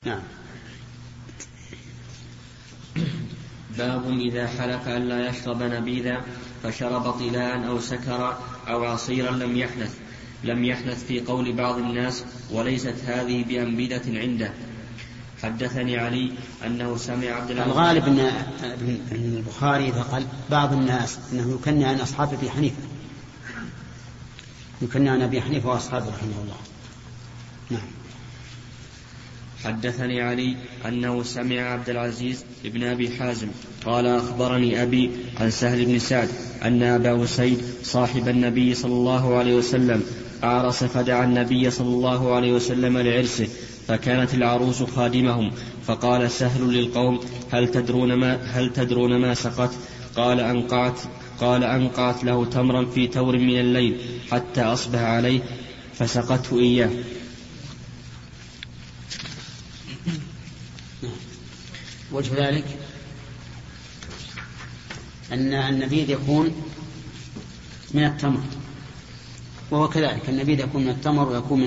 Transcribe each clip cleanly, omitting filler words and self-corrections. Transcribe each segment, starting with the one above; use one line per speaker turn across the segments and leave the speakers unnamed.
نعم.
باب إذا حلف أن لا يشرب نبيذا فشرب طلاء أو سكر أو عصيرا لم يحنث في قول بعض الناس، وليست هذه بأنبذة عنده. حدثني علي أنه سمع عبد العزيز.
الغالب أن البخاري إذا قال بعض الناس أنه يكنى عن أصحاب أبي حنيفة، يكنى عن أبي حنيفة وأصحابه رحمه الله. نعم.
حدثني علي أنه سمع عبد العزيز ابن أبي حازم قال أخبرني أبي عن سهل بن سعد أن أبا أسيد صاحب النبي صلى الله عليه وسلم أعرس فدعا النبي صلى الله عليه وسلم لعرسه، فكانت العروس خادمهم، فقال سهل للقوم هل تدرون ما سقت؟ قال أنقعت له تمرا في تور من الليل حتى أصبح عليه فسقته إياه.
وجه ذلك أن النبيذ يكون من التمر، وهو كذلك النبيذ يكون من التمر ويكون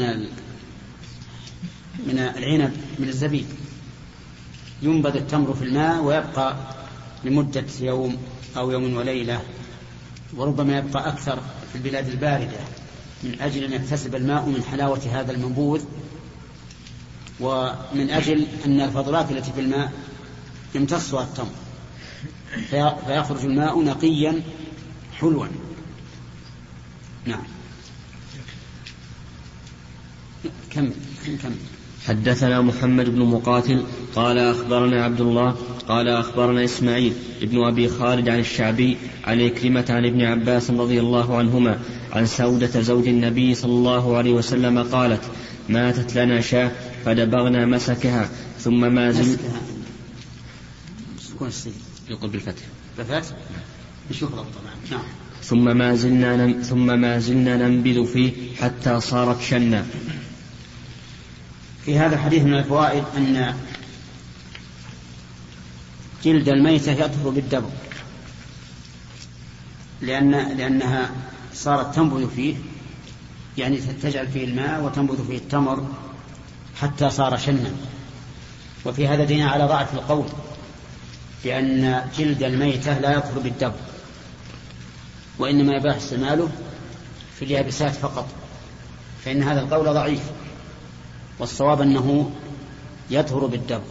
من العنب من الزبيب. ينبذ التمر في الماء ويبقى لمدة يوم أو يوم وليلة، وربما يبقى أكثر في البلاد الباردة من أجل أن يكتسب الماء من حلاوة هذا المنبوذ، ومن أجل أن الفضلات التي في الماء يمتصها التمر فيخرج الماء نقيا حلوا. نعم. كم.
حدثنا محمد بن مقاتل قال أخبرنا عبد الله قال أخبرنا إسماعيل ابن أبي خالد عن الشعبي عن إكرمة عن ابن عباس رضي الله عنهما عن سودة زوج النبي صلى الله عليه وسلم قالت ماتت لنا شاة فدبغنا مسكها ثم ما زلنا يقول بالفتح
نعم.
ثم ما زلنا ننبذ فيه حتى صارت شنا.
في هذا الحديث من الفوائد أن جلد الميتة يطهر بالدبغ، لأنها صارت تنبذ فيه، يعني تجعل فيه الماء وتنبذ فيه التمر حتى صار شنا. وفي هذا دين على ضعف القول بأن جلد الميتة لا يطهر بالدبغ، وإنما يباح استعماله في اليابسات فقط، فإن هذا القول ضعيف، والصواب أنه يطهر بالدبغ،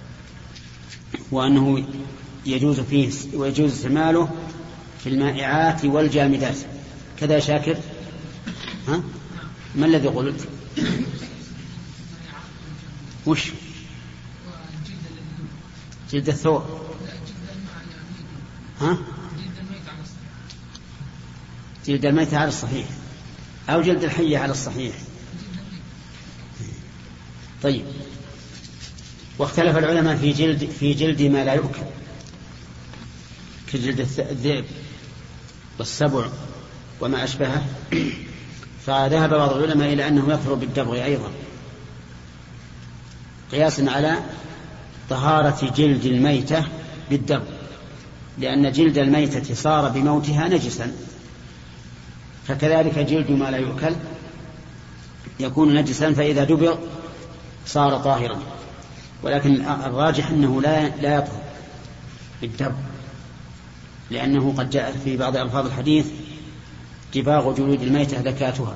وأنه يجوز فيه ويجوز استعماله في المائعات والجامدات. كذا شاكر؟ ها؟ ما الذي قلت؟ وش؟ جلد الثور. ها؟ جلد الميت على الصحيح أو جلد الحية على الصحيح. طيب. واختلف العلماء في جلد ما لا يؤكل كجلد الذئب والسبع وما أشبهه، فذهب بعض العلماء إلى أنه يطهر بالدبغ أيضا، قياسا على طهارة جلد الميتة بالدبغ، لأن جلد الميتة صار بموتها نجسا، فكذلك جلد ما لا يؤكل يكون نجسا، فإذا دبغ صار طاهرا. ولكن الراجح أنه لا يطهر بالدبغ، لأنه قد جاء في بعض ألفاظ الحديث دباغ جلود الميتة ذكاتها،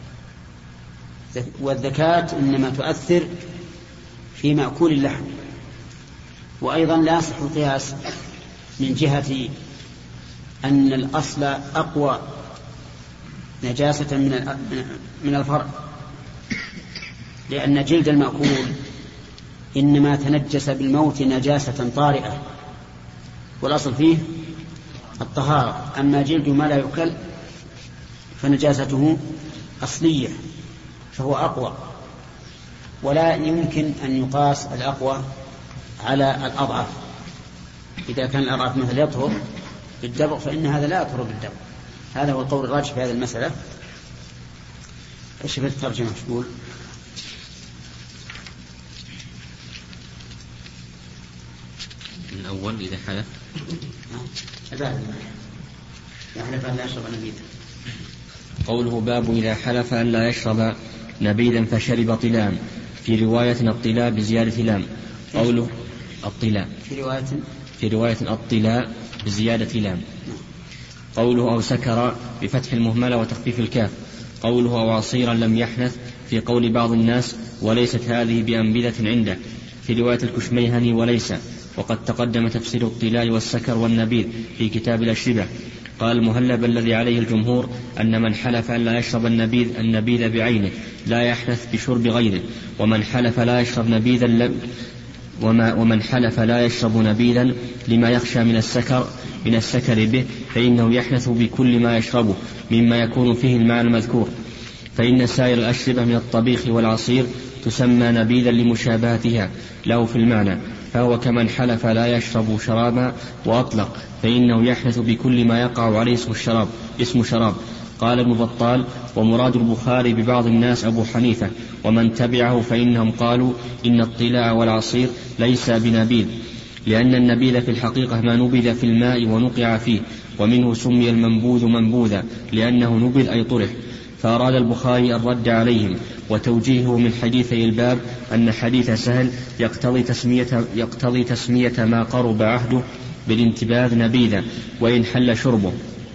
والذكاة إنما تؤثر في مأكول اللحم. وأيضا لا يصح القياس من جهة أن الأصل أقوى نجاسة من الفرع، لأن جلد المأكول إنما تنجس بالموت نجاسة طارئة، والأصل فيه الطهارة. أما جلد ما لا يؤكل فنجاسته أصلية، فهو أقوى، ولا يمكن أن يقاس الأقوى على الأضعف. إذا كان الأضعف مثل يطهر بالدبغ فإن هذا لا يطهر بالدبغ. هذا هو القول الراجح في هذه المسألة. ايش في الترجمة تقول؟
الأول إذا حلف
يحلف أن لا يشرب نبيذا.
قوله باب إذا حلف أن لا يشرب نبيذا فشرب طلاء، في رواية الطلاء بزيادة لام. قوله الطلاء في رواية الطلاء بزيادة لام. قوله أو سكر بفتح المهملة وتخفيف الكاف. قوله أو عصيرا لم يحنث في قول بعض الناس وليست هذه بأنبذة عنده في رواية الكشميهني وليس. وقد تقدم تفسير الطلاء والسكر والنبيذ في كتاب الأشربة. قال المهلب الذي عليه الجمهور أن من حلف أن لا يشرب النبيذ بعينه لا يحنث بشرب غيره، ومن حلف لا يشرب نبيذا لما يخشى من السكر به فإنه يحنث بكل ما يشربه مما يكون فيه المعنى المذكور. فإن سائر الأشربة من الطبيخ والعصير تسمى نبيذا لمشابهتها له في المعنى، فهو كمن حلف لا يشرب شرابا وأطلق فإنه يحنث بكل ما يقع عليه اسم شراب. قال ابن بطال ومراد البخاري ببعض الناس أبو حنيفة ومن تبعه فإنهم قالوا إن الطلاء والعصير ليس بنبيذ، لأن النبيذ في الحقيقة ما نبذ في الماء ونقع فيه، ومنه سمي المنبوذ منبوذا لأنه نبذ أي طرح. فأراد البخاري الرد عليهم وتوجيهه من حديثي الباب أن حديث سهل يقتضي تسمية ما قرب عهده بالانتباذ نبيذا وإن حل شربه.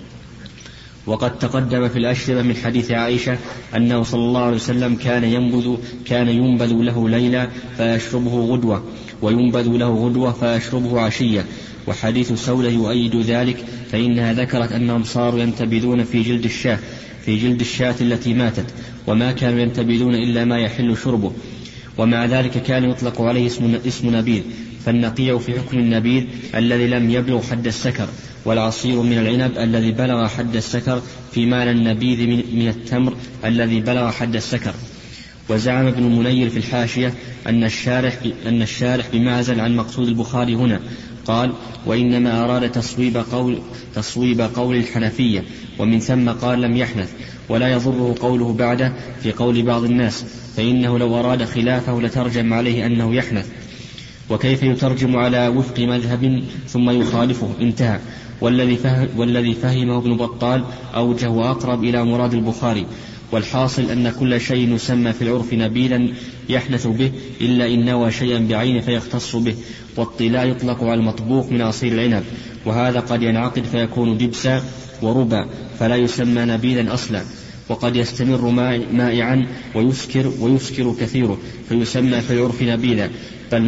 وقد تقدم في الأشربة من حديث عائشة أنه صلى الله عليه وسلم كان ينبذ له ليلة فيشربه غدوة، وينبذ له غدوة فيشربه عشية. وحديث سولة يؤيد ذلك، فإنها ذكرت أنهم صاروا ينتبذون في جلد الشاة التي ماتت، وما كانوا ينتبذون إلا ما يحل شربه، ومع ذلك كان يطلق عليه اسم نبيذ. فالنقيع في حكم النبيذ الذي لم يبلغ حد السكر، والعصير من العنب الذي بلغ حد السكر في معنى النبيذ من التمر الذي بلغ حد السكر. وزعم ابن المنير في الحاشية أن الشارح بمعزل عن مقصود البخاري هنا، قال وإنما أراد تصويب قول الحنفية، ومن ثم قال لم يحنث، ولا يضره قوله بعده في قول بعض الناس، فإنه لو أراد خلافه لترجم عليه أنه يحنث، وكيف يترجم على وفق مذهب ثم يخالفه؟ انتهى. والذي فهمه ابن بطال أوجه وأقرب إلى مراد البخاري. والحاصل أن كل شيء يسمى في العرف نبيذا يحنث به إلا إن نوى شيئا بعينه فيختص به. والطلاء يطلق على المطبوخ من عصير العنب، وهذا قد ينعقد فيكون دبسا وربا فلا يسمى نبيذا أصلا. وقد يستمر مائعا ويسكر كثيره فيسمى في العرف نبيذا. بل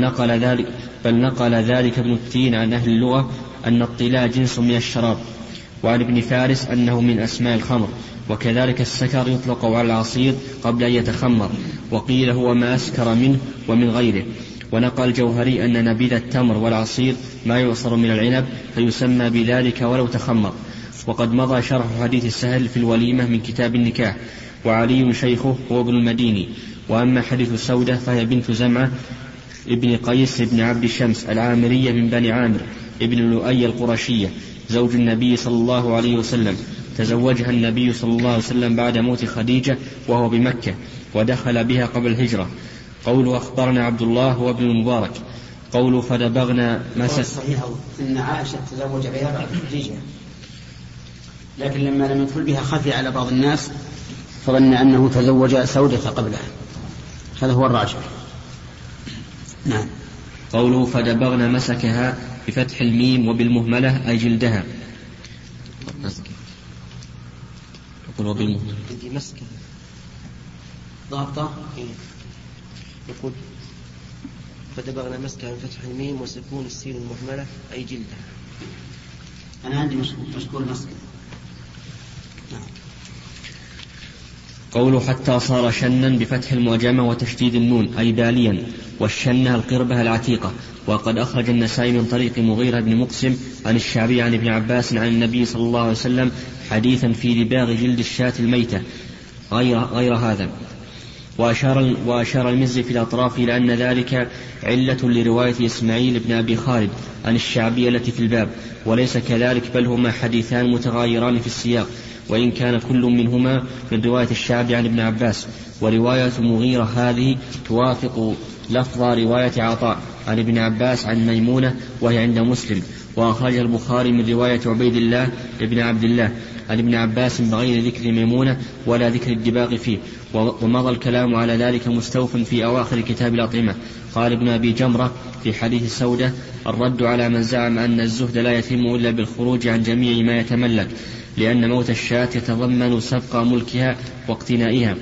نقل ذلك ابن التين عن أهل اللغة أن الطلاء جنس من الشراب، وعن ابن فارس أنه من أسماء الخمر. وكذلك السكر يطلق على العصير قبل أن يتخمر، وقيل هو ما أسكر منه ومن غيره. ونقل الجوهري أن نبيذ التمر والعصير ما يعصر من العنب فيسمى بذلك ولو تخمر. وقد مضى شرح حديث السهل في الوليمة من كتاب النكاح، وعلي شيخه هو ابن المديني. وأما حديث سودة فهي بنت زمعة ابن قيس ابن عبد الشمس العامرية من بني عامر ابن لؤي القرشية، زوج النبي صلى الله عليه وسلم. تزوجها النبي صلى الله عليه وسلم بعد موت خديجة وهو بمكة، ودخل بها قبل الهجرة. قوله أخبرنا عبد الله وابن المبارك. قوله فدبغنا
صحيح أن عائشة تزوج بها بعد خديجة، لكن لما لم يدخل بها خفي على بعض الناس فظن أنه تزوج سودة قبلها، هذا هو الراجح. نعم.
قوله فدبغنا مسكها بفتح الميم وبالمهملة أي جلدها. يقول وبالمهملة
مسكها ضابطة.
يقول فدبغنا مسكها بفتح الميم وسكون السين المهملة أي جلدها.
أنا عندي مشكور مسكها.
قوله حتى صار شنا بفتح المعجمة وتشديد النون أي باليا، والشنة القربة العتيقة. وقد أخرج النسائي من طريق مغيرة بن مقسم عن الشعبي عن ابن عباس عن النبي صلى الله عليه وسلم حديثا في دباغ جلد الشاة الميتة غير هذا. وأشار المزي في الأطراف إلى أن ذلك علة لرواية إسماعيل بن أبي خالد عن الشعبي التي في الباب، وليس كذلك، بل هما حديثان متغايران في السياق، وإن كان كل منهما من رواية الشعبي عن ابن عباس. ورواية مغيرة هذه توافق لفظ رواية عطاء عن ابن عباس عن ميمونة وهي عند مسلم. وأخرج البخاري من رواية عبيد الله ابن عبد الله عن ابن عباس بغير ذكر ميمونة ولا ذكر الدباغ فيه. ومضى الكلام على ذلك مستوف في أواخر كتاب الأطعمة. قال ابن أبي جمرة في حديث السودة: الرد على من زعم أن الزهد لا يتم إلا بالخروج عن جميع ما يتملك، لأن موت الشاة يتضمن سبق ملكها واقتنائها.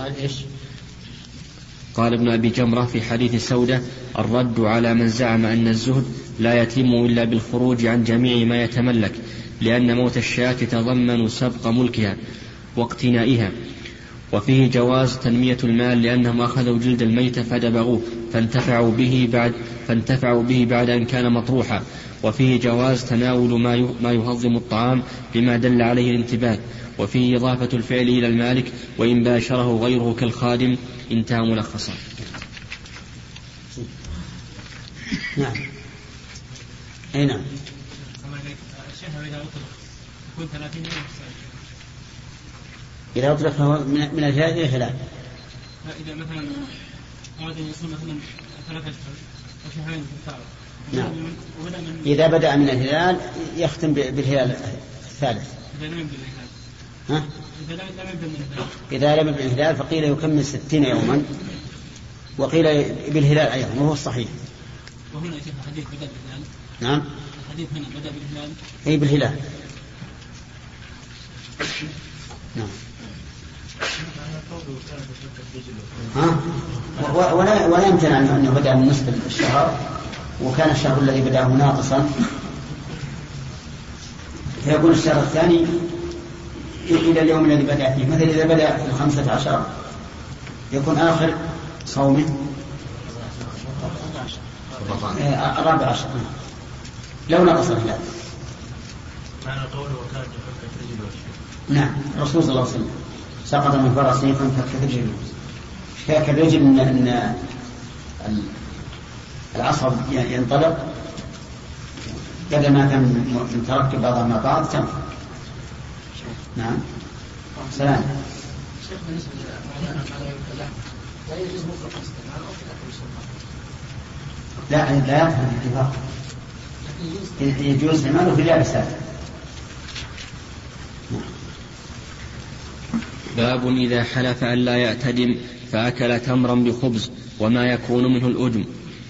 قال ابن أبي جمرة في حديث السودة: الرد على من زعم أن الزهد لا يتم إلا بالخروج عن جميع ما يتملك، لأن موت الشاة يتضمن سبق ملكها واقتنائها. وفيه جواز تنمية المال، لأنهم أخذوا جلد الميتة فدبغوه فانتفعوا به بعد أن كان مطروحا. وفيه جواز تناول ما يهضم الطعام لما دل عليه الانتباه. وفيه إضافة الفعل إلى المالك وإن باشره غيره كالخادم. انتهى ملخصا.
نعم. أي نعم. إذا أطلق فهو من الهلال إلى الهلال.
إذا مثلا أراد أن يصوم مثلا 3 أشهر أو شهرين في الكعبة.
نعم. إذا بدأ من الهلال يختم بالهلال الثالث. ها؟ إذا لم يبدأ من الهلال فقيل يكمل 60 يوما، وقيل بالهلال أيضا، وهو الصحيح.
وهنا يشوف الحديث بدأ بالهلال.
نعم.
الحديث هنا بدأ بالهلال.
أي بالهلال. نعم. ولا يمكن أنه بدأ من نصف الشهر وكان الشهر الذي بدأه ناقصا، فيكون الشهر الثاني إلى اليوم الذي بدأ فيه. مثلا إذا بدأ في 15 يكون آخر صومه 14 لو نقص الهلال. نعم. الرسول صلى الله عليه وسلم سقط من فرسه فانفك رجله. شكاك الرجل أن العصب ينطلق بدل ما كان متركب بعضها مع بعض تم. نعم. سلام. لا يفهم الاتفاق. يجوز استعماله في اليابسات.
باب إذا حلف أن لا يعتدم فأكل تمرا بخبز وما يكون منه الأجم.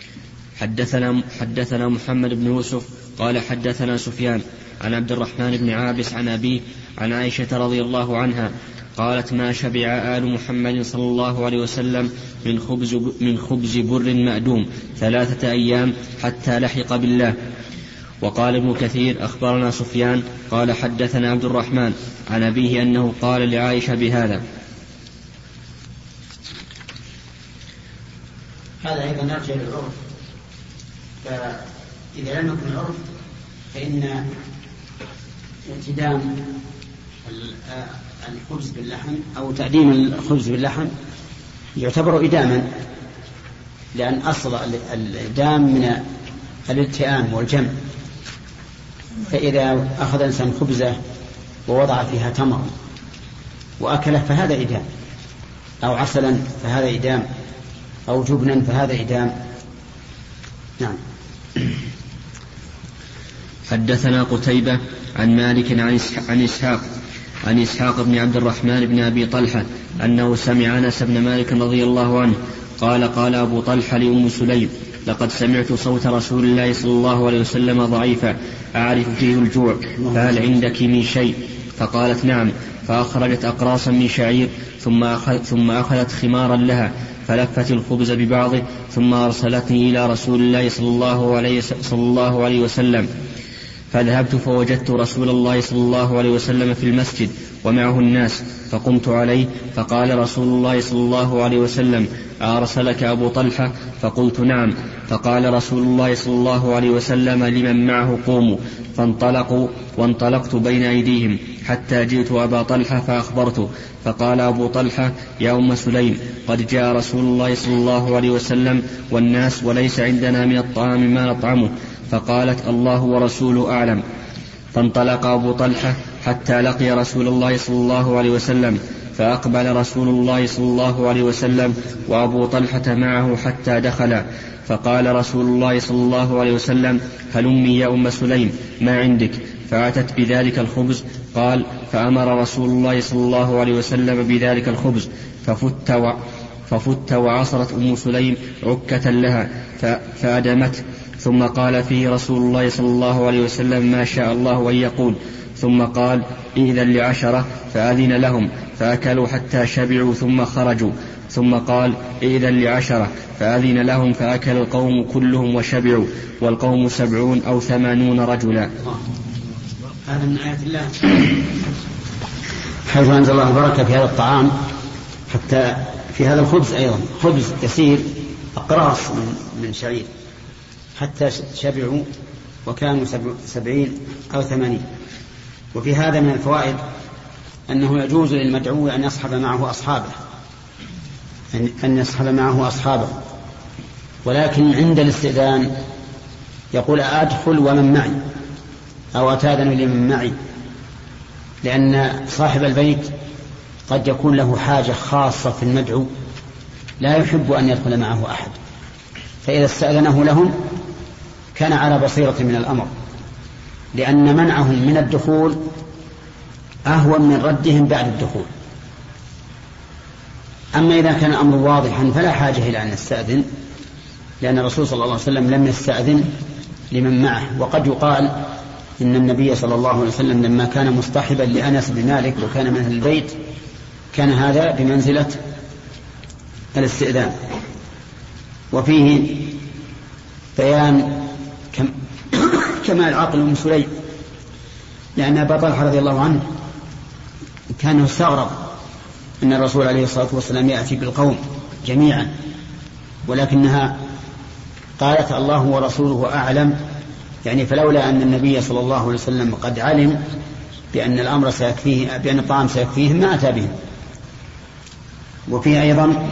حدثنا محمد بن يوسف قال حدثنا سفيان عن عبد الرحمن بن عابس عن أبيه عن عائشة رضي الله عنها قالت: ما شبع آل محمد صلى الله عليه وسلم من خبز بر مأدوم 3 أيام حتى لحق بالله. وقال ابن كثير: أخبرنا سفيان قال حدثنا عبد الرحمن عن أبيه أنه قال لعائشة بهذا.
هذا أيضا نرجع للعرف، فإذا لم يكن العرف فإن اعتدام الخبز باللحم أو تقديم الخبز باللحم يعتبر إداما، لأن أصل الإدام من الالتئام والجمع. فإذا أخذ إنسان خبزة ووضع فيها تمر وأكله فهذا إدام، أو عسلا فهذا إدام، أو جبنا فهذا إدام. نعم.
حدثنا قتيبة عن مالك عن إسحاق بن عبد الرحمن بن أبي طلحة أنه سمع أنس بن مالك رضي الله عنه قال أبو طلحة لأم سليم: لقد سمعت صوت رسول الله صلى الله عليه وسلم ضعيفا أعرف فيه الجوع، فهل عندك من شيء؟ فقالت: نعم. فأخرجت أقراصا من شعير ثم أخذت خمارا لها فلفت الخبز ببعضه ثم أرسلتني إلى رسول الله صلى الله عليه وسلم. فذهبت فوجدت رسول الله صلى الله عليه وسلم في المسجد ومعه الناس، فقمت عليه فقال رسول الله صلى الله عليه وسلم: أرسلك أبو طلحة؟ فقلت: نعم. فقال رسول الله صلى الله عليه وسلم لمن معه: قوموا. فانطلقوا وانطلقت بين أيديهم حتى جئت أبا طلحة فأخبرته. فقال أبو طلحة: يا أم سليم، قد جاء رسول الله صلى الله عليه وسلم والناس وليس عندنا من الطعام ما نطعمه. فقالت: الله ورسوله أعلم. فانطلق أبو طلحة حتى لقي رسول الله صلى الله عليه وسلم، فأقبل رسول الله صلى الله عليه وسلم وأبو طلحة معه حتى دخل. فقال رسول الله صلى الله عليه وسلم: هلمي يا أم سليم، ما عندك؟ فأتت بذلك الخبز. قال: فأمر رسول الله صلى الله عليه وسلم بذلك الخبز، ففت وعصرت أم سليم عكة لها فأدمته، ثم قال فيه رسول الله صلى الله عليه وسلم ما شاء الله أن يقول، ثم قال إذن ل10 فأذن لهم فأكلوا حتى شبعوا ثم خرجوا، ثم قال إذن ل10 فأذن لهم فأكل القوم كلهم وشبعوا، والقوم 70 أو 80 رجلا.
هذا من آيات الله حيث أنزل الله البركة في هذا الطعام، حتى في هذا الخبز أيضا، خبز يسير أقراص من شعير حتى شبعوا وكانوا 70 أو 80. وفي هذا من الفوائد أنه يجوز للمدعو أن يصحب معه أصحابه، ولكن عند الاستئذان يقول أدخل ومن معي، أو أتاذن لمن معي، لأن صاحب البيت قد يكون له حاجة خاصة في المدعو لا يحب أن يدخل معه أحد، فإذا استأذنه لهم كان على بصيرة من الأمر، لأن منعهم من الدخول أهون من ردهم بعد الدخول. أما إذا كان الأمر واضحا فلا حاجة إلى أن يستأذن، لأن الرسول صلى الله عليه وسلم لم يستأذن لمن معه. وقد يقال إن النبي صلى الله عليه وسلم لما كان مصطحبا لأنس بن مالك وكان من أهل البيت كان هذا بمنزلة الاستئذان. وفيه بيان كمال عقل أم سليم، لأن أبا طلحة رضي الله عنه كان يستغرب أن الرسول عليه الصلاة والسلام يأتي بالقوم جميعا، ولكنها قالت الله ورسوله أعلم، يعني فلولا أن النبي صلى الله عليه وسلم قد علم بأن الأمر سيكفيه، بأن الطعام سيكفيهم ما أتى بهم. وفيه أيضا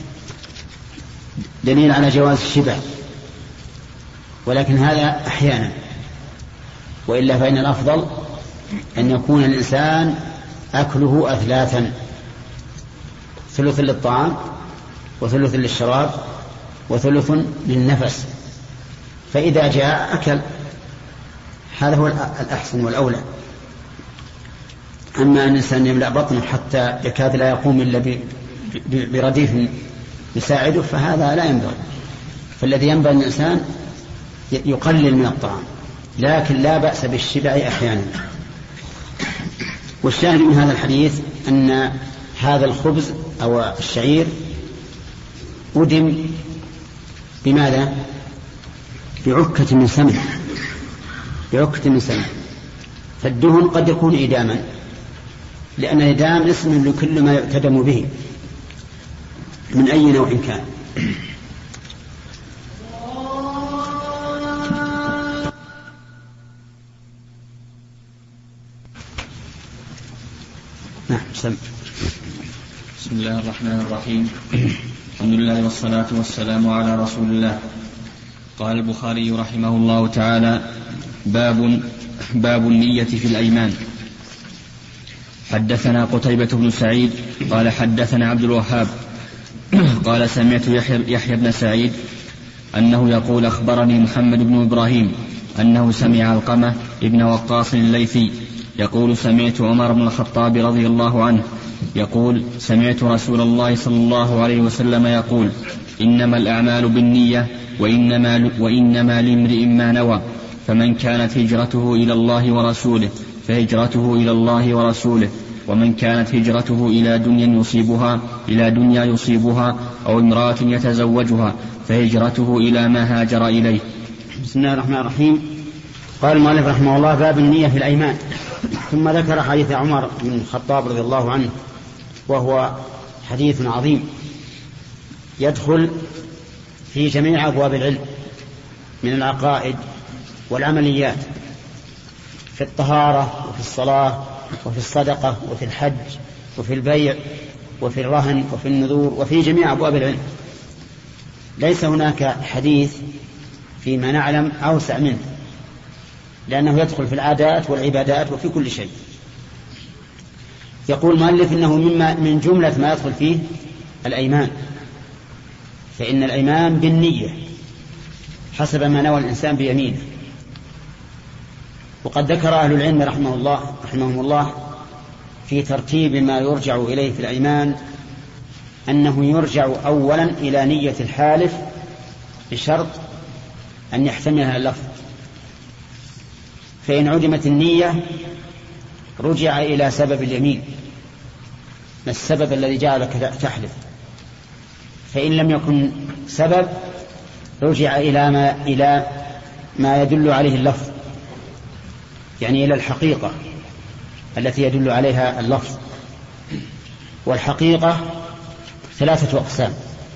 دليل على جواز الشبع، ولكن هذا أحيانا، وإلا فإن الأفضل أن يكون الإنسان أكله أثلاثا، ثلث للطعام وثلث للشراب وثلث للنفس، فإذا جاء أكل، هذا هو الأحسن والأولى. أما أن الإنسان يملأ بطنه حتى يكاد لا يقوم إلا برديف يساعده فهذا لا ينبغي، فالذي ينبغي أن الإنسان يقلل من الطعام، لكن لا بأس بالشبع أحيانا. والشاهد من هذا الحديث أن هذا الخبز أو الشعير أدم بماذا؟ بعكة من سمن، فالدهن قد يكون إداما، لأن الإدام اسم لكل ما يعتدم به من أي نوع كان. نعم.
بسم الله الرحمن الرحيم، الحمد لله والصلاة والسلام على رسول الله. قال البخاري رحمه الله تعالى: باب النية في الأيمان. حدثنا قتيبة بن سعيد قال حدثنا عبد الوهاب قال سمعت يحيى بن سعيد أنه يقول أخبرني محمد بن إبراهيم أنه سمع علقمة ابن وقاص الليثي يقول سمعت عمر بن الخطاب رضي الله عنه يقول سمعت رسول الله صلى الله عليه وسلم يقول: إنما الأعمال بالنية وإنما لامرئ ما نوى، فمن كانت هجرته إلى الله ورسوله فهجرته إلى الله ورسوله، ومن كانت هجرته إلى دنيا يصيبها أو امرأة يتزوجها فهجرته إلى ما هاجر إليه.
بسم الله الرحمن الرحيم. قال المؤلف رحمه الله: باب النية في الأيمان. ثم ذكر حديث عمر بن الخطاب رضي الله عنه، وهو حديث عظيم يدخل في جميع أبواب العلم من العقائد والعمليات، في الطهارة وفي الصلاة وفي الصدقة وفي الحج وفي البيع وفي الرهن وفي النذور وفي جميع أبواب العلم. ليس هناك حديث فيما نعلم أوسع منه، لأنه يدخل في العادات والعبادات وفي كل شيء. يقول المؤلف إنه من جملة ما يدخل فيه الأيمان، فإن الأيمان بالنية حسب ما نوى الإنسان بيمينه. وقد ذكر أهل العلم رحمهم الله في ترتيب ما يرجع إليه في الأيمان أنه يرجع أولا إلى نية الحالف بشرط أن يحتملها اللفظ، فإن عدمت النية رجع إلى سبب اليمين، ما السبب الذي جعلك تحلف، فإن لم يكن سبب رجع إلى ما يدل عليه اللفظ، يعني إلى الحقيقة التي يدل عليها اللفظ. والحقيقة 3 أقسام: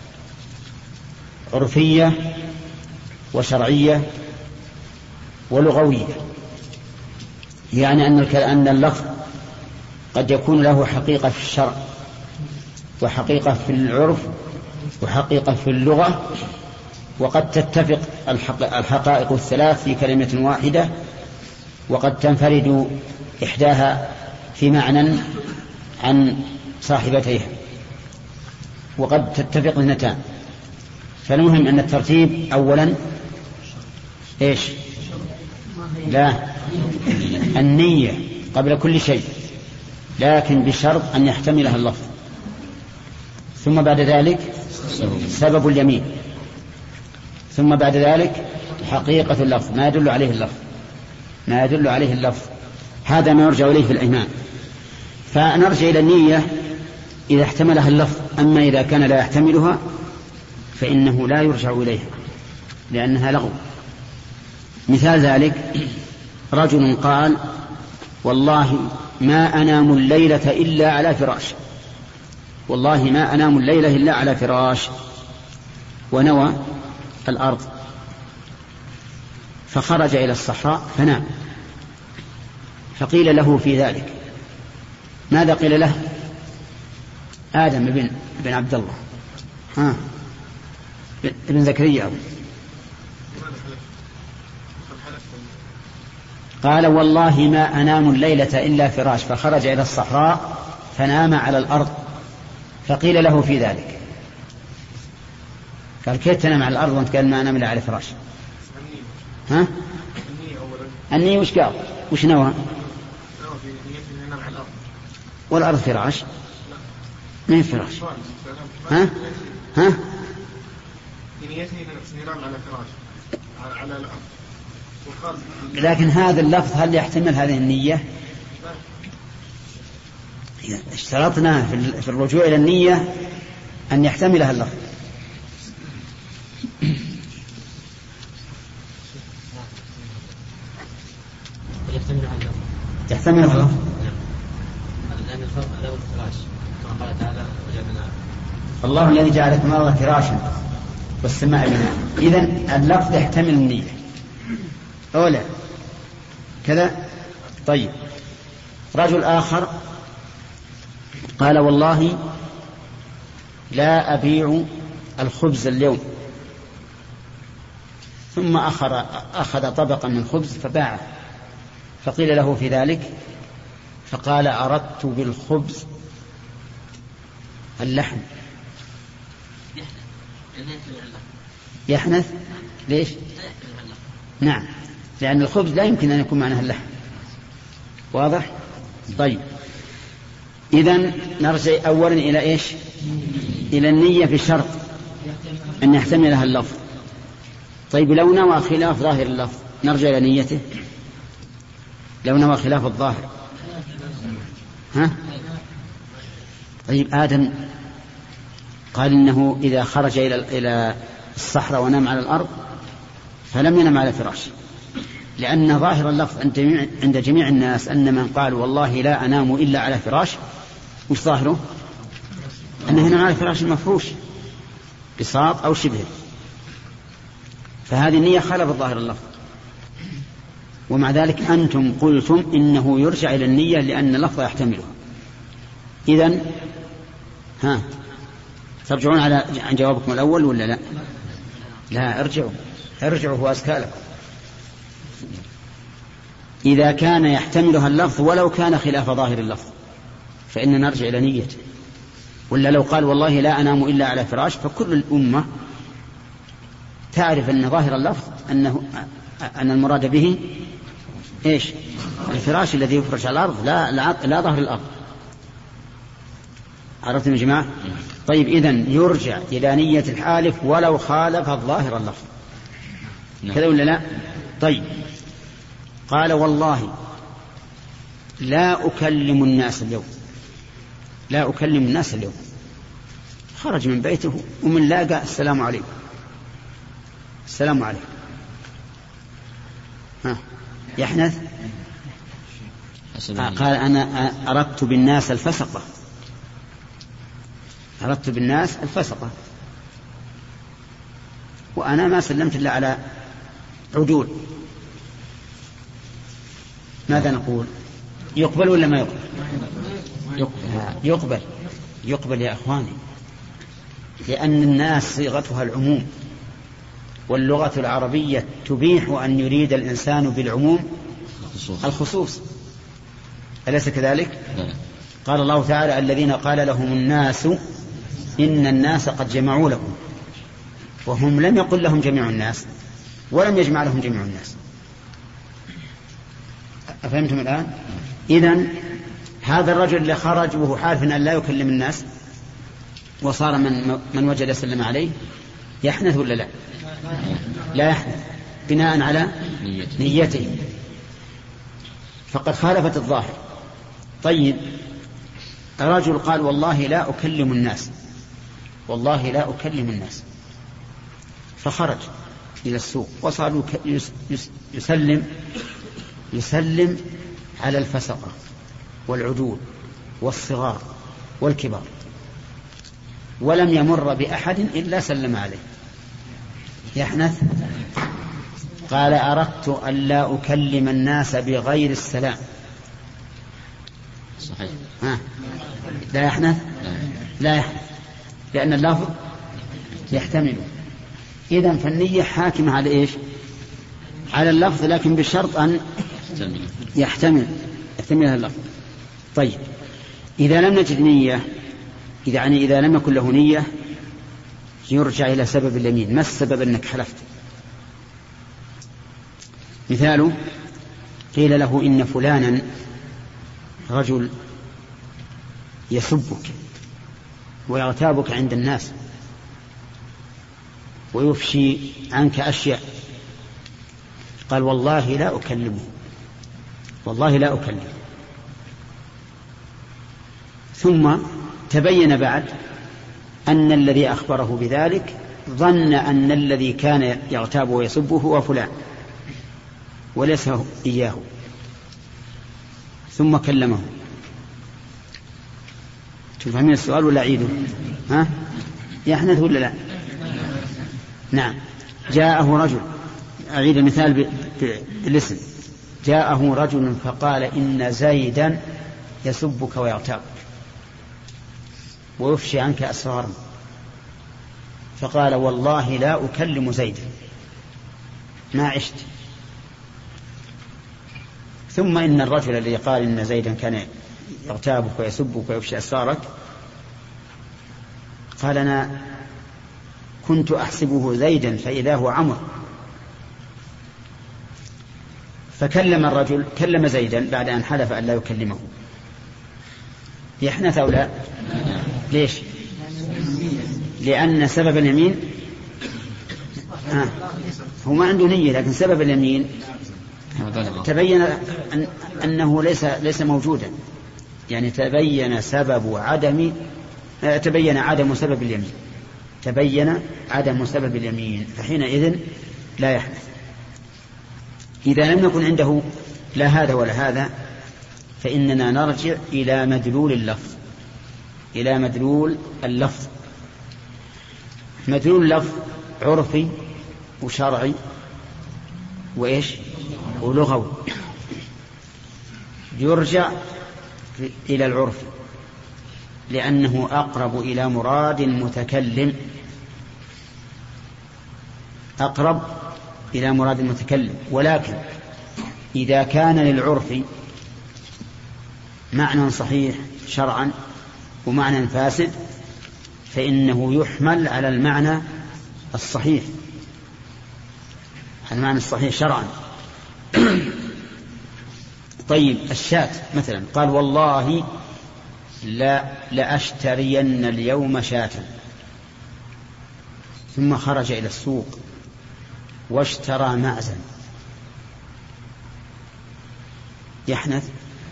عرفية وشرعية ولغوية. يعني أن اللفظ قد يكون له حقيقة في الشرع وحقيقة في العرف وحقيقة في اللغة، وقد تتفق الحقائق الثلاث في كلمة واحدة، وقد تنفرد إحداها في معنى عن صاحبتيها، وقد تتفق اثنتان. فالمهم أن الترتيب أولا إيش؟ لا، النية قبل كل شيء، لكن بشرط أن يحتملها اللفظ، ثم بعد ذلك سبب اليمين، ثم بعد ذلك حقيقة اللفظ، ما يدل عليه اللفظ. هذا ما يرجع إليه في الأيمان. فنرجع إلى النية إذا احتملها اللفظ، أما إذا كان لا يحتملها فإنه لا يرجع إليها لأنها لغو. مثال ذلك: رجل قال: والله ما أنام الليلة إلا على فراش، والله ما أنام الليلة إلا على فراش، ونوى الأرض، فخرج إلى الصحراء فنام، فقيل له في ذلك ماذا قيل له؟ آدم بن عبد الله ابن زكريا قال: والله ما أنام الليلة إلا فراش، فخرج إلى الصحراء فنام على الأرض، فقيل له في ذلك. قال: كيف تنام على الأرض وانت قال ما أنام إلا على فراش؟ النية وش قال؟ وش نوى؟ والأرض فراش؟ مين فراش؟ لكن هذا اللفظ هل يحتمل هذه النية؟ اشترطنا في الرجوع إلى النية أن يحتملها اللفظ. يحتملها اللفظ.
لأن الفرق له الفراش كما قال تعالى:
الله الذي جعلكم الأرض فراشا والسماء بناء. إذن اللفظ يحتمل النية أولا كذا. طيب، رجل آخر قال: والله لا أبيع الخبز اليوم، ثم أخذ طبقا من خبز فباعه، فقيل له في ذلك فقال: أردت بالخبز اللحم. يحنث ليش؟ نعم، لأن الخبز لا يمكن أن يكون معناه اللحم. واضح؟ طيب، إذن نرجع أولا إلى إيش؟ إلى النية في الشرط أن يحتملها اللفظ. طيب، لو نوى خلاف ظاهر اللفظ نرجع إلى نيته. لو نوى خلاف الظاهر طيب، آدم قال إنه إذا خرج إلى الصحراء ونام على الأرض فلم ينم على فراش، لأن ظاهر اللفظ عند جميع الناس أن من قال والله لا أنام إلا على فراش، وش ظاهره؟ أنه ينام على فراش مفروش بساط أو شبه، فهذه النية خالفت ظاهر اللفظ. ومع ذلك أنتم قلتم إنه يرجع إلى النية لأن اللفظ يحتملها. إذن ترجعون عن جوابكم الأول ولا لا؟ لا، ارجعوا هو أزكى لكم. إذا كان يحتملها اللفظ ولو كان خلاف ظاهر اللفظ فإن نرجع إلى نيته. ولا لو قال والله لا أنام إلا على فراش، فكل الأمة تعرف أن ظاهر اللفظ أن المراد به إيش؟ الفراش الذي يفرش على الأرض، لا ظهر الأرض. عرفتم يا جماعة؟ طيب إذن يرجع إلى نية الحالف ولو خالف الظاهر اللفظ، كذا ولا لا؟ طيب قال والله لا أكلم الناس اليوم، لا أكلم الناس اليوم. خرج من بيته ومن لاقى السلام عليكم، السلام عليكم، يحنث؟ قال أنا أردت بالناس الفسقة، أردت بالناس الفسقة، وأنا ما سلمت إلا على عدول. ماذا نقول؟ يقبل ولا ما يقبل؟ يقبل. يقبل يا أخواني، لأن الناس صيغتها العموم، واللغة العربية تبيح أن يريد الإنسان بالعموم الخصوص، أليس كذلك؟ قال الله تعالى الذين قال لهم الناس إن الناس قد جمعوا لكم، وهم لم يقل لهم جميع الناس ولم يجمع لهم جميع الناس. أفهمتم الآن؟ إذن هذا الرجل اللي خرج وهو حالف أن لا يكلم الناس وصار من وجد سلم عليه، يحنث ولا لا؟ لا يحنث، بناء على نيته، فقد خالفت الظاهر. طيب الرجل قال والله لا أكلم الناس، والله لا أكلم الناس، فخرج إلى السوق وصار يسلم على الفسقة والعدول والصغار والكبار، ولم يمر بأحد إلا سلم عليه، يحنث؟ قال أردت أن لا أكلم الناس بغير السلام.
صحيح.
لا يحنث؟ لا يحنث، لأن اللفظ يحتمل. إذن فالنية حاكمة على إيش؟ على اللفظ، لكن بشرط أن يحتمل اللفظ. طيب إذا لم نجد نية، يعني إذا لم يكن له نية، يرجع إلى سبب اليمين. ما السبب؟ أنك حلفت. مثاله قيل له إن فلانا رجل يسبك ويغتابك عند الناس ويفشي عنك أشياء، قال والله لا أكلمه، والله لا أكلمه. ثم تبين بعد أن الذي أخبره بذلك ظن أن الذي كان يغتابه ويسبه هو فلان وليس إياه، ثم كلمه. تفهمين السؤال ولا أعيده؟ يحنث ولا لا؟ نعم. جاءه رجل، أعيد المثال بالاسم، جاءه رجل فقال إن زيدا يسبك ويغتابك ويفشي عنك أسرارا، فقال والله لا أكلم زيدا ما عشت. ثم إن الرجل الذي قال إن زيدا كان يغتابك ويسبك ويفشي أسرارك قال أنا كنت أحسبه زيدا فإذا هو عمرو. فكلم الرجل، كلم زيدا بعد أن حلف أن لا يكلمه. يحنث أو لا؟ ليش؟ لأن سبب اليمين هو ما عنده نية، لكن سبب اليمين تبين أنه ليس موجودا، يعني تبين عدم سبب اليمين، تبين عدم سبب اليمين، فحينئذ لا يحنث. إذا لم يكن عنده لا هذا ولا هذا فإننا نرجع إلى مدلول اللفظ، إلى مدلول اللفظ. مدلول اللفظ عرفي وشرعي وإيش ولغوي. يرجع إلى العرف لأنه أقرب إلى مراد المتكلم، أقرب إلى مراد المتكلم. ولكن إذا كان للعرف معنى صحيح شرعا ومعنى فاسد فإنه يحمل على المعنى الصحيح، المعنى الصحيح شرعا. طيب الشاة مثلا قال والله لأشترين اليوم شاة، ثم خرج إلى السوق واشترى مأزا، يحنث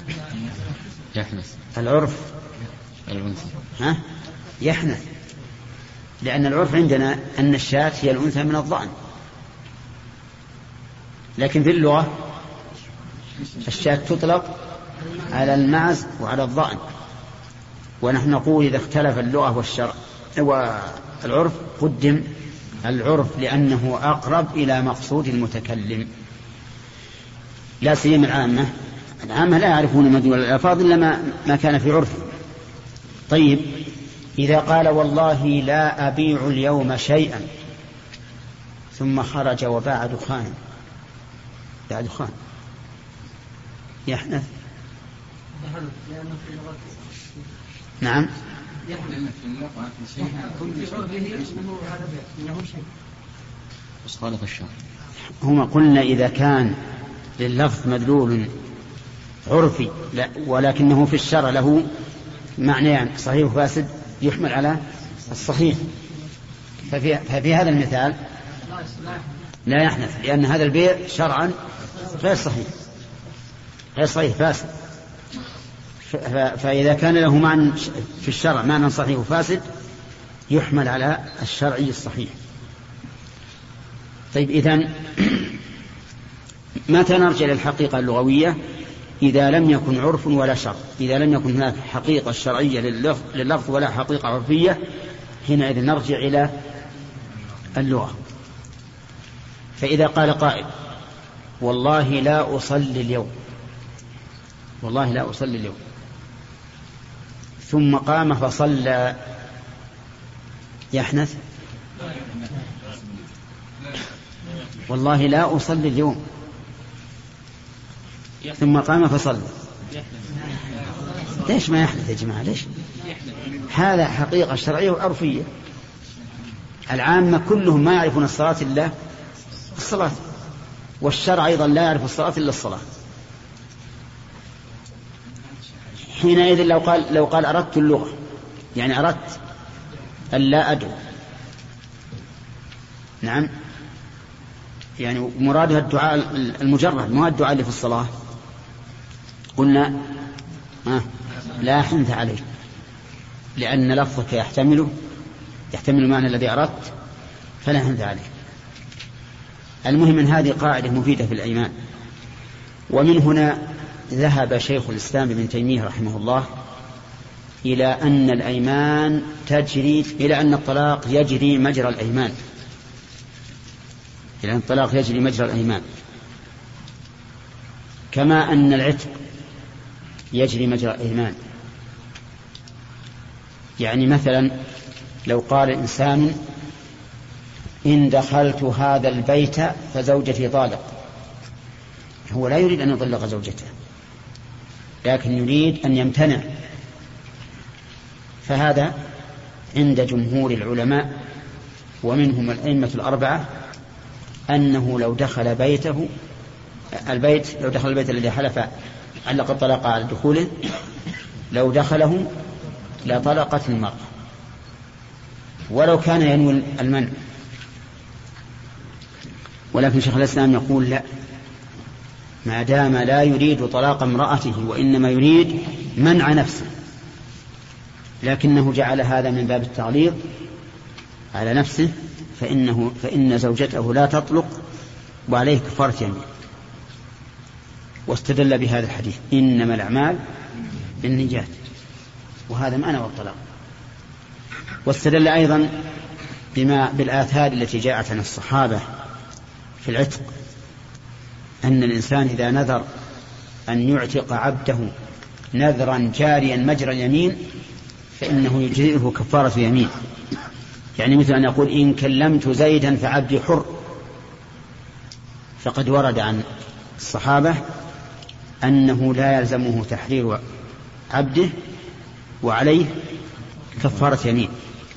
العرف يحنث، لأن العرف عندنا أن الشاة هي الأنثى من الضأن، لكن في اللغة الشاة تطلق على المعز وعلى الضأن، ونحن نقول إذا اختلف اللغة والشرع والعرف قدم العرف لأنه أقرب إلى مقصود المتكلم، لا سيما العامة لا يعرفون مدلول الألفاظ إلا ما كان في عرف. طيب، إذا قال والله لا أبيع اليوم شيئا ثم خرج وباع دخان يحنث؟ نعم، هما قلنا إذا كان لللفظ مدلول عرفي ولكنه في الشرع له معنيان صحيح وفاسد يحمل على الصحيح، ففي هذا المثال لا يحنث، لأن هذا البيع شرعا غير صحيح فاسد. فإذا كان له معنى في الشرع معنى صحيح وفاسد يحمل على الشرعي الصحيح. طيب، إذن متى نرجع للحقيقة اللغوية؟ إذا لم يكن عرف ولا شرع، إذا لم يكن هناك حقيقة شرعية لللفظ ولا حقيقة عرفية، حينئذ نرجع إلى اللغة. فإذا قال قائل والله لا أصلي اليوم، ثم قام فصلى، يحنث؟ والله لا أصلي اليوم ثم قام فصلى، ليش ما يحدث يا جماعة؟ ليش؟ هذا حقيقة شرعية وعرفية. العامة كلهم ما يعرفون الصلاة إلا الصلاة، والشرع أيضا لا يعرف الصلاة إلا الصلاة. حينئذ لو قال أردت اللغة، يعني أردت أن لا أدعو، نعم، يعني مرادها الدعاء المجرد، ما الدعاء اللي في الصلاة، قلنا لا حنث عليه، لأن لفظك يحتمل المعنى الذي أردت، فلا حنث عليه. المهم أن هذه قاعدة مفيدة في الأيمان. ومن هنا ذهب شيخ الإسلام ابن تيمية رحمه الله إلى أن الأيمان إلى أن الطلاق يجري مجرى الأيمان، كما أن العتق يجري مجرى الأيمان. يعني مثلا لو قال إنسان إن دخلت هذا البيت فزوجتي طالق، هو لا يريد أن يطلق زوجته، لكن يريد أن يمتنع، فهذا عند جمهور العلماء ومنهم الأئمة الأربعة أنه لو دخل البيت الذي حلف علق الطلاق على دخوله، لو دخله لا طلقت المرأة ولو كان ينوي المنع. ولكن شيخ الإسلام يقول لا، ما دام لا يريد طلاق امرأته وإنما يريد منع نفسه، لكنه جعل هذا من باب التعليق على نفسه، فإن زوجته لا تطلق وعليه كفارة يمين. واستدل بهذا الحديث إنما الأعمال بالنيات، وهذا معنى الطلاق. واستدل أيضا بالآثار التي جاءت عن الصحابة في العتق، أن الإنسان إذا نذر أن يعتق عبده نذرا جاريا مجرى اليمين فإنه يجزئه كفارة يمين. يعني مثل أن يقول إن كلمت زيدا فعبدي حر، فقد ورد عن الصحابة أنه لا يلزمه تحرير عبده وعليه كفارة يمين،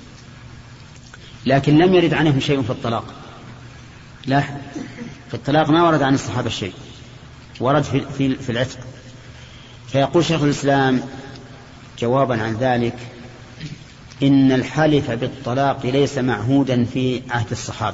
لكن لم يرد عنهم شيء في الطلاق. لا، في الطلاق ما ورد عن الصحابة شيء، ورد في العتق. فيقول شيخ الإسلام جوابا عن ذلك إن الحلف بالطلاق ليس معهودا في عهد الصحابة،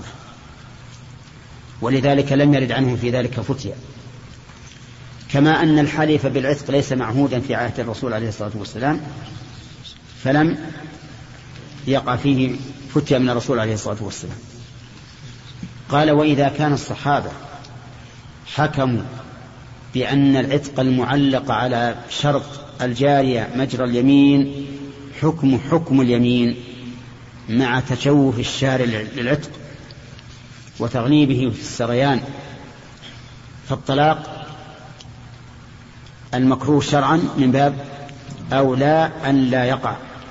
ولذلك لم يرد عنهم في ذلك فتيا، كما أن الحلف بالعتق ليس معهودا في عهد الرسول عليه الصلاة والسلام، فلم يقع فيه فتيا من الرسول عليه الصلاة والسلام. قال: وإذا كان الصحابة حكموا بأن العتق المعلق على شرط الجارية مجرى اليمين حكم اليمين مع تشوف الشارع للعتق وتغليبه في السريان، فالطلاق المكروه شرعا من باب أولى أن لا يقع.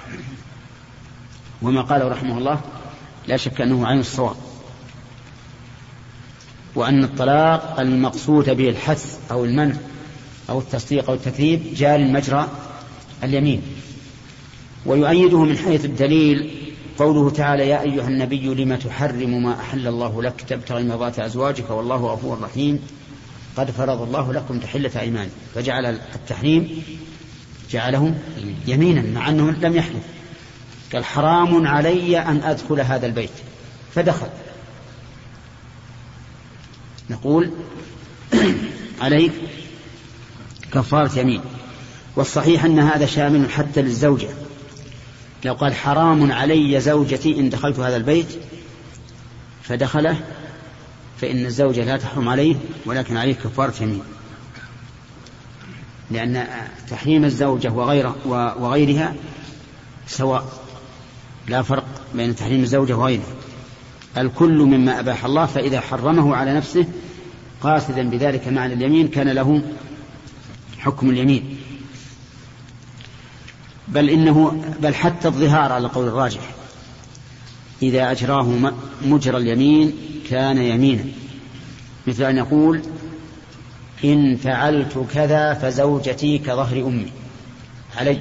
وما قاله رحمه الله لا شك أنه عين الصواب، وأن الطلاق المقصود به الحث أو المنع أو التصديق أو التكذيب جار مجرى اليمين. ويؤيده من حيث الدليل قوله تعالى: يا أيها النبي لم تحرم ما أحل الله لك تبتغي مرضات أزواجك والله غفور رحيم قد فرض الله لكم تحلة أيمانكم، فجعل التحريم جعله يمينا مع أنه لم يحلف. قال: حرام علي أن أدخل هذا البيت، فدخل. نقول عليك كفارة يمين. والصحيح أن هذا شامل حتى للزوجة، لو قال: حرام علي زوجتي إن دخلت هذا البيت فدخله، فإن الزوجة لا تحرم عليه ولكن عليه كفارة يمين، لأن تحريم الزوجة وغيرها سواء، لا فرق بين تحريم الزوجة وغيرها، الكل مما أباح الله، فإذا حرمه على نفسه قاصدا بذلك معنى اليمين كان له حكم اليمين. بل حتى الظهار على القول الراجح إذا أجراه مجرى اليمين كان يمينا، مثل أن يقول: إن فعلت كذا فزوجتي كظهر أمي علي،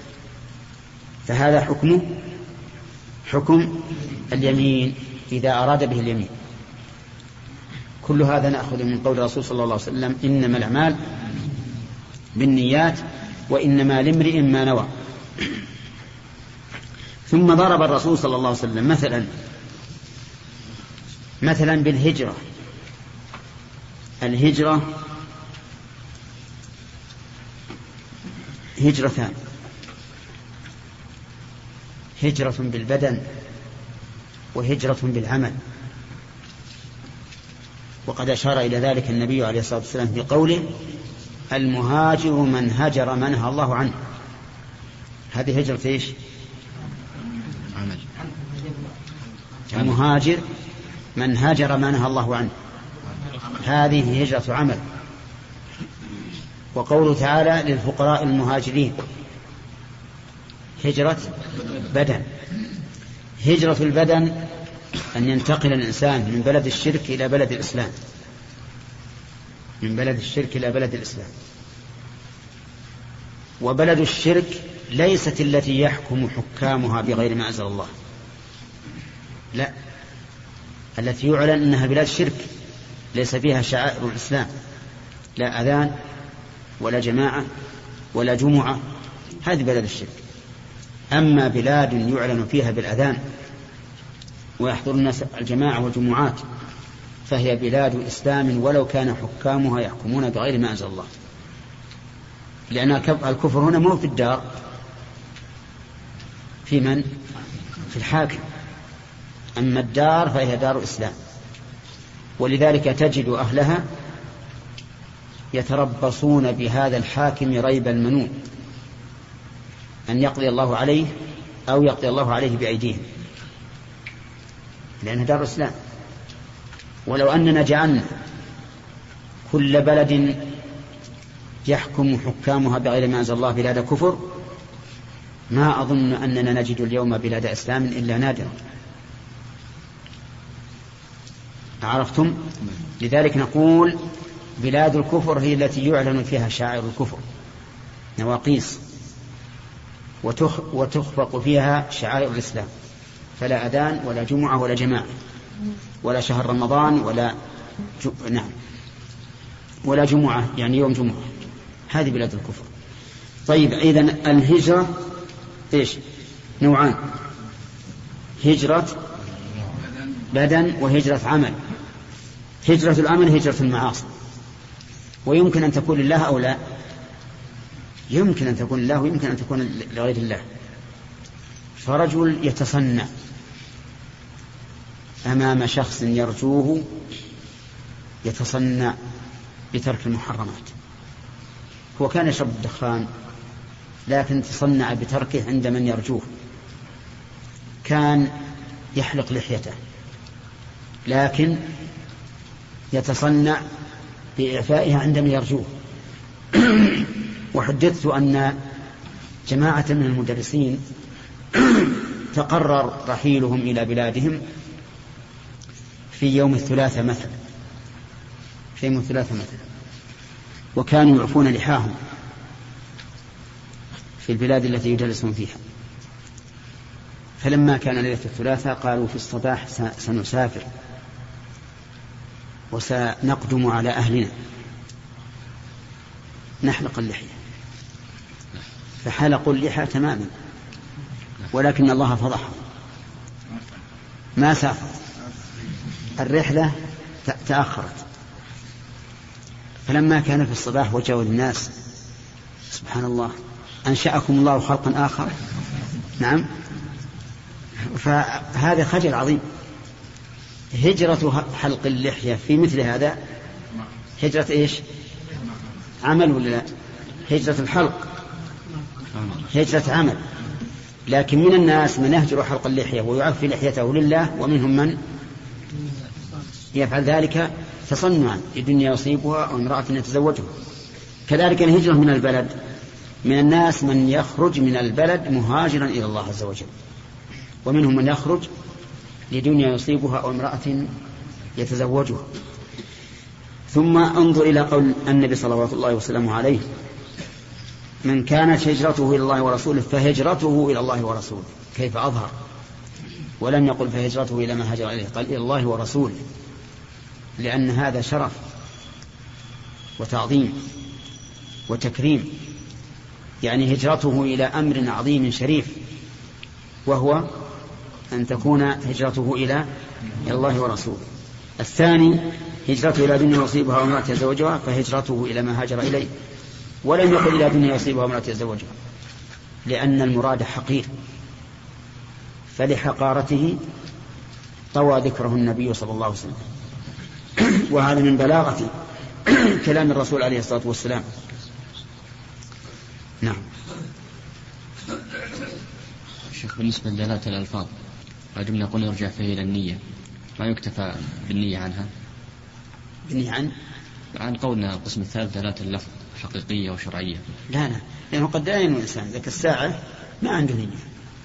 فهذا حكم اليمين إذا أراد به اليمين. كل هذا نأخذ من قول الرسول صلى الله عليه وسلم: إنما الأعمال بالنيات وإنما لامرئ ما نوى. ثم ضرب الرسول صلى الله عليه وسلم مثلا بالهجرة. الهجرة هجرتان: هجرة بالبدن وهجرة بالعمل. وقد أشار إلى ذلك النبي عليه الصلاة والسلام في قوله: المهاجر من هجر ما نهى الله عنه. هذه هجرة إيش؟ عمل. المهاجر من هجر ما نهى الله عنه، هذه هجرة عمل. وقوله تعالى: للفقراء المهاجرين، هجرة بدن. هجرة البدن أن ينتقل الإنسان من بلد الشرك إلى بلد الإسلام، من بلد الشرك إلى بلد الإسلام. وبلد الشرك ليست التي يحكم حكامها بغير ما أنزل الله، لا، التي يعلن أنها بلاد شرك ليس فيها شعائر الإسلام، لا أذان ولا جماعة ولا جمعة، هذه بلاد الشرك. أما بلاد يعلن فيها بالأذان ويحضر الناس الجماعة والجمعات فهي بلاد إسلام ولو كان حكامها يحكمون بغير ما أنزل الله، لأن الكفر هنا مو في الدار، في من؟ في الحاكم. أما الدار فهي دار إسلام، ولذلك تجد أهلها يتربصون بهذا الحاكم ريب المنون أن يقضي الله عليه أو يقضي الله عليه بأيديهم، لأنها دار إسلام. ولو أننا جعلنا كل بلد يحكم حكامها بغير ما أنزل الله بلاد كفر ما أظن أننا نجد اليوم بلاد إسلام إلا نادرا. عرفتم؟ لذلك نقول بلاد الكفر هي التي يعلن فيها شعائر الكفر، نواقيس، وتخفق فيها شعائر الإسلام، فلا أذان ولا جمعة ولا جماعة ولا شهر رمضان ولا جمعة يعني يوم جمعة. هذه بلاد الكفر. طيب إذن الهجرة إيش؟ نوعان: هجرة بدن وهجرة عمل. هجرة العمل هجرة المعاصي، ويمكن أن تكون لله أو لا، يمكن أن تكون لله ويمكن أن تكون لغير الله. فرجل يتصنع أمام شخص يرجوه، يتصنع بترك المحرمات. هو كان يشرب الدخان لكن تصنع بتركه عند من يرجوه. كان يحلق لحيته لكن يتصنع بإعفائها عند من يرجوه. وحدثت أن جماعة من المدرسين تقرر رحيلهم إلى بلادهم في يوم الثلاثاء مثلا، وكانوا يعفون لحاهم في البلاد التي يدرسون فيها. فلما كان ليلة الثلاثاء قالوا في الصباح سنسافر وسنقدم على أهلنا نحلق اللحية. فحلقوا اللحى تماما، ولكن الله فضحهم، ما سافر، الرحلة تأخرت. فلما كان في الصباح وجهوا الناس: سبحان الله، أنشأكم الله خلقا آخر. نعم، فهذا خجل عظيم. هجرة حلق اللحية في مثل هذا هجرة إيش؟ عمل ولا لا؟ هجرة الحلق هجرة عمل. لكن من الناس من يهجر حلق اللحية ويعفي لحيته لله، ومنهم من يفعل ذلك تصنعا لدنيا يصيبها أو امرأة يتزوجها. كذلك الهجرة من البلد، من الناس من يخرج من البلد مهاجرا إلى الله عز وجل، ومنهم من يخرج لدنيا يصيبها أو امرأة يتزوجها. ثم انظر إلى قول النبي صلوات الله وسلامه عليه: من كانت هجرته إلى الله ورسوله فهجرته إلى الله ورسوله. كيف أظهر؟ ولم يقل فهجرته إلى ما هاجر إليه، قال إلى الله ورسوله، لأن هذا شرف وتعظيم وتكريم. يعني هجرته إلى أمر عظيم شريف، وهو أن تكون هجرته إلى الله ورسوله. الثاني هجرته إلى دنيا يصيبها وامرأة يتزوجها فهجرته إلى ما هاجر إليه، ولم يقل إلى دنيا يصيبها وامرأة يتزوجها، لأن المراد حقير، فلحقارته طوى ذكره النبي صلى الله عليه وسلم. وهذا من بلاغة كلام الرسول عليه الصلاة والسلام. نعم.
شيخ، بالنسبة لدلالة الألفاظ رجل نقول يرجع فيه إلى النية، ما يكتفى بالنية عنها؟
بالنية
عن قولنا القسم الثالث دلالة اللفظ حقيقية وشرعية.
لا، لأنه قد لا ينوي الإنسان ذاك الساعة ما عنده نية.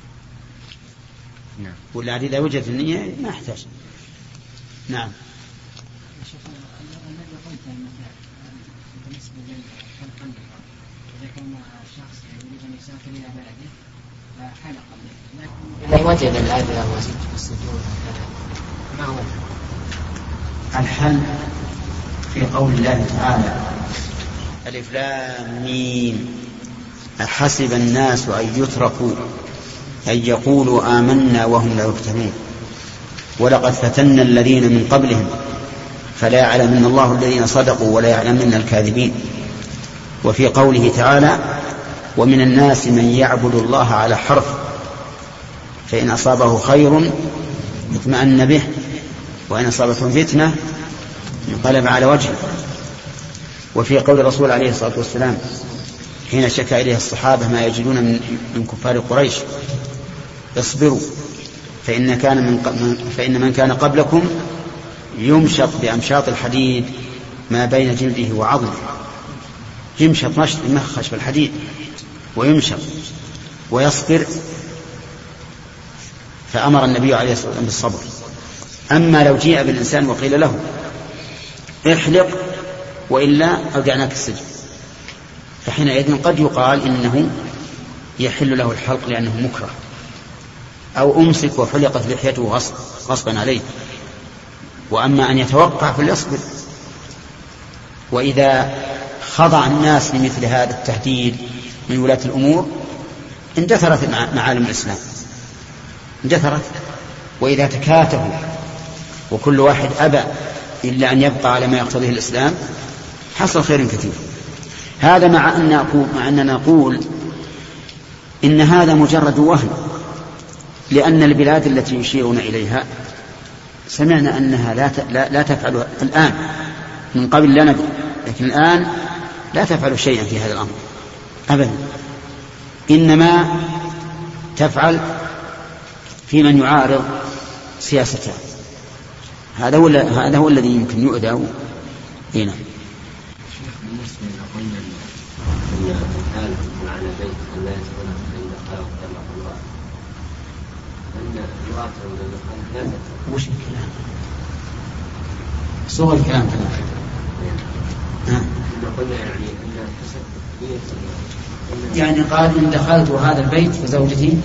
نعم.
ولا إذا وجدت النية ما احتاج. نعم.
إذا وجد الأذى والسجود ما هو
الحل؟ في قول الله تعالى: ألف لام ميم أحسب الناس أن يتركوا أن يقولوا آمنا وهم لا يفتنون ولقد فتنا الذين من قبلهم فلا يعلمن الله الذين صدقوا ولا يعلمن الكاذبين. وفي قوله تعالى: ومن الناس من يعبد الله على حرف فإن أصابه خير اطمأن به وإن أصابته فتنة انقلب على وجهه. وفي قول الرسول عليه الصلاة والسلام حين شكى إليه الصحابة ما يجدون من كفار قريش: اصبروا فإن من كان قبلكم يمشط بأمشاط الحديد ما بين جلده وعظمه. يمشط مشط يمخش بالحديد ويمشط ويصبر. فأمر النبي عليه الصلاة والسلام بالصبر. أما لو جيء بالإنسان وقيل له احلق وإلا أودعناك السجن، فحينئذ قد يقال إنه يحل له الحلق لأنه مكره، أو أمسك وحلقت لحيته غصبا عليه. وأما أن يتوقع فليصبر. وإذا خضع الناس لمثل هذا التهديد من ولاة الأمور اندثرت معالم الإسلام، اندثرت. وإذا تكاتفوا وكل واحد أبى إلا أن يبقى على ما يقتضيه الإسلام حصل خير كثير. هذا مع أننا نقول إن هذا مجرد وهم، لأن البلاد التي يشيرون إليها سمعنا أنها لا تفعل الآن، من قبل لا ندري، لكن الآن لا تفعل شيئا في هذا الأمر أبدا، إنما تفعل في من يعارض سياستها. هذا هو الذي يمكن يؤدى. هنا
بالنسبة لقلنا أن الحالة معنى بيت أن لا يدخلها إلا خلق الله أن الراتب لا تدخل.
وش الكلام؟ صور الكلام كلام.
قلنا
يعني قال إن دخلت هذا البيت فزوجتي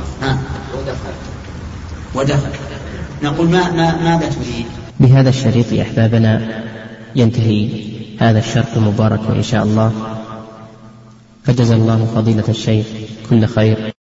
ودخل. نقول ماذا تريد؟
بهذا الشريط أحبابنا ينتهي هذا الشرط المبارك إن شاء الله، فجزا الله فضيلة الشيخ كل خير.